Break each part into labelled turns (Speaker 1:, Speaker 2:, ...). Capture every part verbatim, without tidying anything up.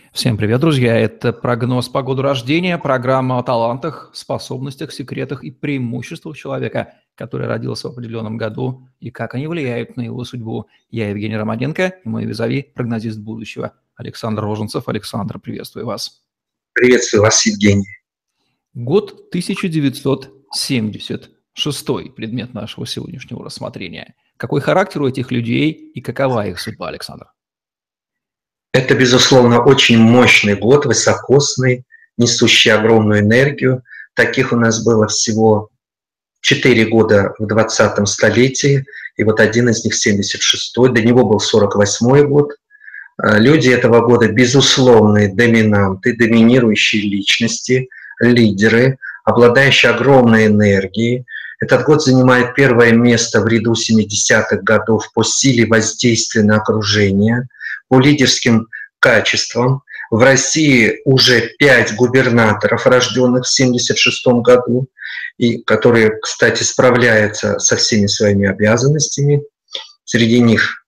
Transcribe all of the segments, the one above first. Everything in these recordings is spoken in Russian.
Speaker 1: Всем привет, друзья! Это прогноз по году рождения, программа о талантах, способностях, секретах и преимуществах человека, который родился в определенном году, и как они влияют на его судьбу. Я Евгений Романенко и мой визави, прогнозист будущего Александр Роженцев. Александр, приветствую вас.
Speaker 2: Приветствую вас, Евгений.
Speaker 1: Год тысяча девятьсот семьдесят шестой, предмет нашего сегодняшнего рассмотрения. Какой характер у этих людей и какова их судьба, Александр?
Speaker 2: Это, безусловно, очень мощный год, высокосный, несущий огромную энергию. Таких у нас было всего четыре года в двадцатом столетии, и вот один из них семьдесят шестой, до него был сорок восьмой год. Люди этого года – безусловные доминанты, доминирующие личности, лидеры, обладающие огромной энергией. Этот год занимает первое место в ряду семидесятых годов по силе воздействия на окружение, по лидерским качествам. В России уже пять губернаторов, рожденных в семьдесят шестом году, и которые, кстати, справляются со всеми своими обязанностями. Среди них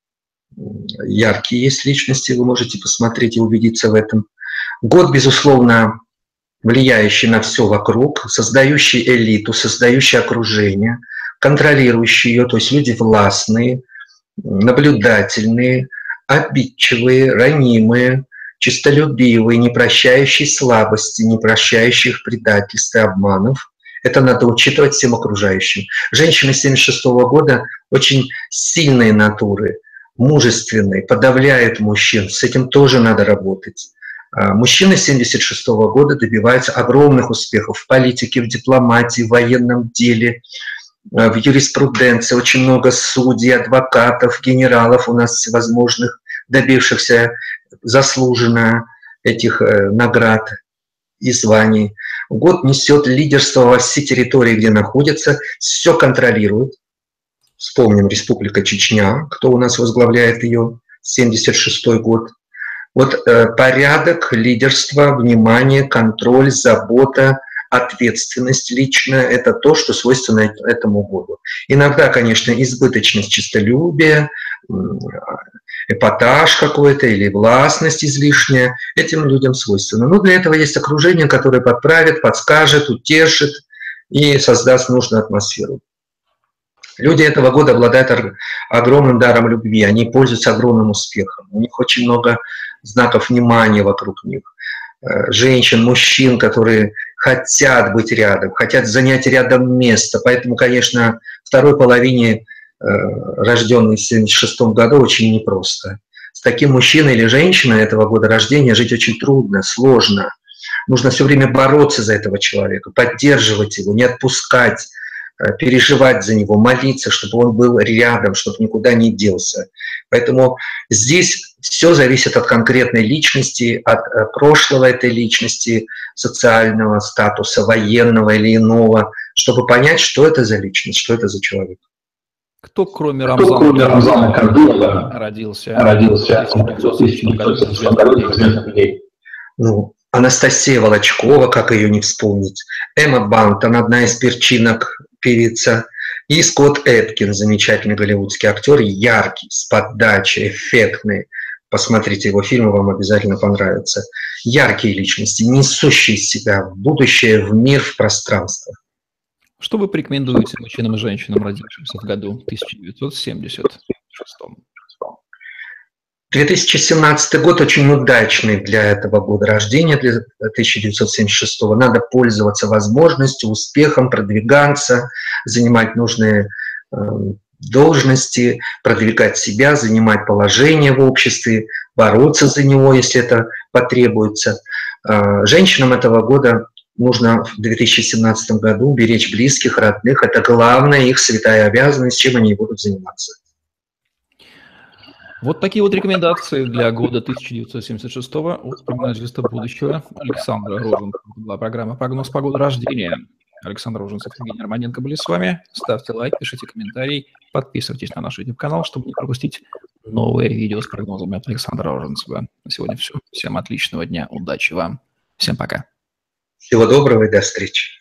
Speaker 2: яркие есть личности, вы можете посмотреть и убедиться в этом. Год, безусловно, влияющий на все вокруг, создающий элиту, создающий окружение, контролирующий ее, то есть люди властные, наблюдательные, обидчивые, ранимые, честолюбивые, не прощающие слабости, не прощающие предательств и обманов. Это надо учитывать всем окружающим. Женщины семьдесят шестого года очень сильные натуры, мужественные, подавляют мужчин. С этим тоже надо работать. Мужчины семьдесят шестого года добиваются огромных успехов в политике, в дипломатии, в военном деле, в юриспруденции. Очень много судей, адвокатов, генералов у нас всевозможных, добившихся заслуженно этих наград и званий. Год несет лидерство во всей территории, где находится, все контролирует. Вспомним Республика Чечня, кто у нас возглавляет ее, семьдесят шестой год. Вот э, порядок, лидерство, внимание, контроль, забота, ответственность личная – это то, что свойственно этому году. Иногда, конечно, избыточность честолюбия, эпатаж какой-то или властность излишняя этим людям свойственно. Но для этого есть окружение, которое подправит, подскажет, утешит и создаст нужную атмосферу. Люди этого года обладают огромным даром любви, они пользуются огромным успехом. У них очень много знаков внимания вокруг них. Женщин, мужчин, которые хотят быть рядом, хотят занять рядом место. Поэтому, конечно, второй половине, рожденной в семьдесят шестом году, очень непросто. С таким мужчиной или женщиной этого года рождения жить очень трудно, сложно. Нужно все время бороться за этого человека, поддерживать его, не отпускать, переживать за него, молиться, чтобы он был рядом, чтобы никуда не делся. Поэтому здесь все зависит от конкретной личности, от прошлого этой личности, социального статуса, военного или иного, чтобы понять, что это за личность, что это за человек.
Speaker 1: Кто, кроме Рамзана, кроме Рамзана Кадырова, родился, родился в тысяча девятьсот семьдесят году людей?
Speaker 2: Ну, Анастасия Волочкова, как ее не вспомнить, Эмма Бантон, одна из перчинок, певица, и Скотт Эткинс, замечательный голливудский актер, яркий, с подачей, эффектный. Посмотрите его фильмы, вам обязательно понравятся. Яркие личности, несущие себя в будущее, в мир, в пространство.
Speaker 1: Что вы порекомендуете мужчинам и женщинам, родившимся в году тысяча девятьсот семьдесят шестом?
Speaker 2: две тысячи семнадцатый год очень удачный для этого года рождения, для тысяча девятьсот семьдесят шестого. Надо пользоваться возможностью, успехом, продвигаться, занимать нужные э, должности, продвигать себя, занимать положение в обществе, бороться за него, если это потребуется. Э, женщинам этого года нужно в две тысячи семнадцатом году беречь близких, родных. Это главная их святая обязанность, чем они будут заниматься.
Speaker 1: Вот такие вот рекомендации для года тысяча девятьсот семьдесят шестого от прогнозиста будущего Александра Роженцева. Была программа «Прогноз по году рождения». Александр Роженцев и Евгений Романенко были с вами. Ставьте лайк, пишите комментарий, подписывайтесь на наш YouTube-канал, чтобы не пропустить новые видео с прогнозами от Александра Роженцева. На сегодня все. Всем отличного дня, удачи вам. Всем пока.
Speaker 2: Всего доброго и до встречи.